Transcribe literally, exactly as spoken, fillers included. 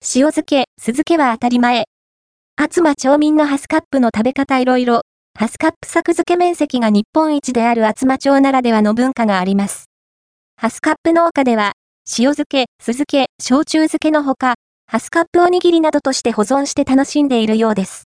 塩漬け、酢漬けは当たり前。厚真町民のハスカップの食べ方いろいろ。ハスカップ作漬け面積が日本一である厚真町ならではの文化があります。ハスカップ農家では、塩漬け、酢漬け、焼酎漬けのほか、ハスカップおにぎりなどとして保存して楽しんでいるようです。